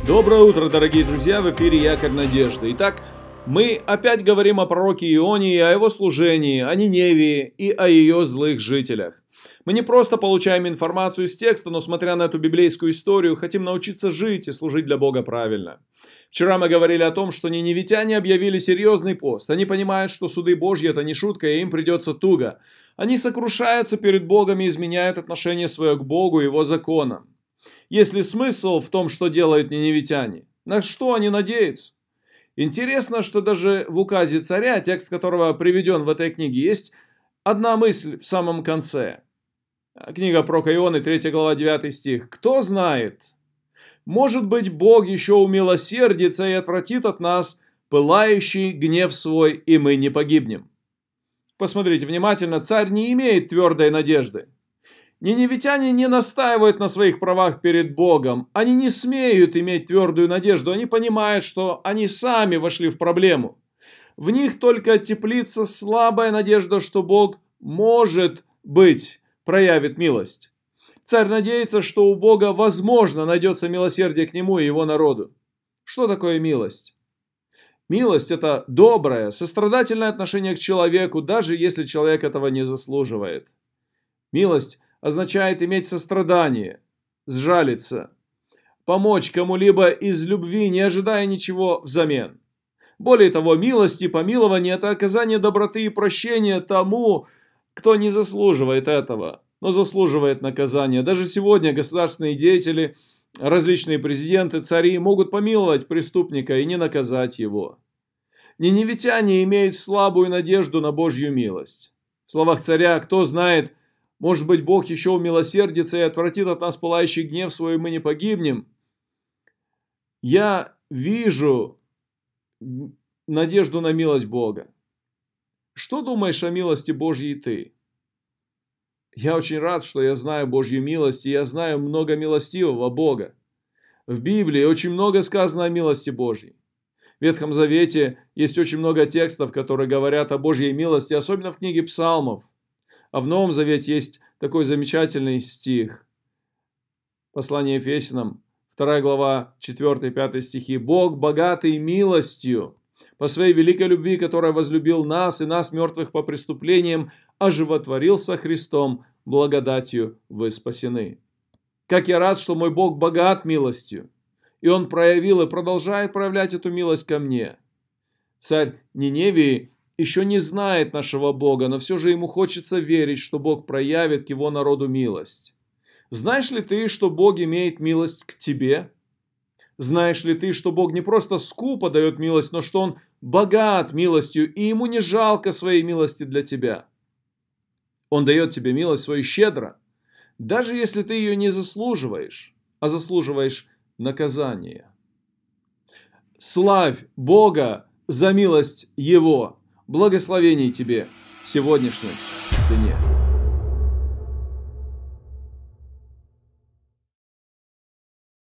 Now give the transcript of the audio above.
Доброе утро, дорогие друзья, в эфире Якорь Надежды. Итак, мы опять говорим о пророке Ионе и о его служении, о Ниневии и о ее злых жителях. Мы не просто получаем информацию из текста, но, смотря на эту библейскую историю, хотим научиться жить и служить для Бога правильно. Вчера мы говорили о том, что ниневитяне объявили серьезный пост. Они понимают, что суды Божьи – это не шутка, и им придется туго. Они сокрушаются перед Богом и изменяют отношение свое к Богу и Его законам. Есть ли смысл в том, что делают ниневитяне? На что они надеются? Интересно, что даже в указе царя, текст которого приведен в этой книге, есть одна мысль в самом конце. Книга пророка Ионы, 3 глава, 9 стих. «Кто знает? Может быть, Бог еще умилосердится и отвратит от нас пылающий гнев свой, и мы не погибнем». Посмотрите внимательно, царь не имеет твердой надежды. Ниневитяне не настаивают на своих правах перед Богом. Они не смеют иметь твердую надежду. Они понимают, что они сами вошли в проблему. В них только теплится слабая надежда, что Бог, может быть, проявит милость. Царь надеется, что у Бога, возможно, найдется милосердие к нему и его народу. Что такое милость? Милость – это доброе, сострадательное отношение к человеку, даже если человек этого не заслуживает. Милость означает иметь сострадание, сжалиться, помочь кому-либо из любви, не ожидая ничего взамен. Более того, милость и помилование – это оказание доброты и прощения тому, кто не заслуживает этого, но заслуживает наказания. Даже сегодня государственные деятели, различные президенты, цари могут помиловать преступника и не наказать его. Ниневитяне имеют слабую надежду на Божью милость. В словах царя «Кто знает, может быть, Бог еще умилосердится и отвратит от нас пылающий гнев свой, и мы не погибнем». Я вижу надежду на милость Бога. Что думаешь о милости Божьей ты? Я очень рад, что я знаю Божью милость, и я знаю много милостивого Бога. В Библии очень много сказано о милости Божьей. В Ветхом Завете есть очень много текстов, которые говорят о Божьей милости, особенно в книге Псалмов. А в Новом Завете есть такой замечательный стих. Послание Ефесянам, 2 глава, 4-5 стихи. «Бог, богатый милостью, по своей великой любви, которая возлюбил нас и нас, мертвых по преступлениям, оживотворил со Христом, благодатью вы спасены». Как я рад, что мой Бог богат милостью, и Он проявил и продолжает проявлять эту милость ко мне. Царь Ниневии еще не знает нашего Бога, но все же ему хочется верить, что Бог проявит к его народу милость. Знаешь ли ты, что Бог имеет милость к тебе? Знаешь ли ты, что Бог не просто скупо дает милость, но что Он богат милостью, и Ему не жалко своей милости для тебя? Он дает тебе милость свою щедро, даже если ты ее не заслуживаешь, а заслуживаешь наказания. Славь Бога за милость Его. Благословений тебе в сегодняшнем дне.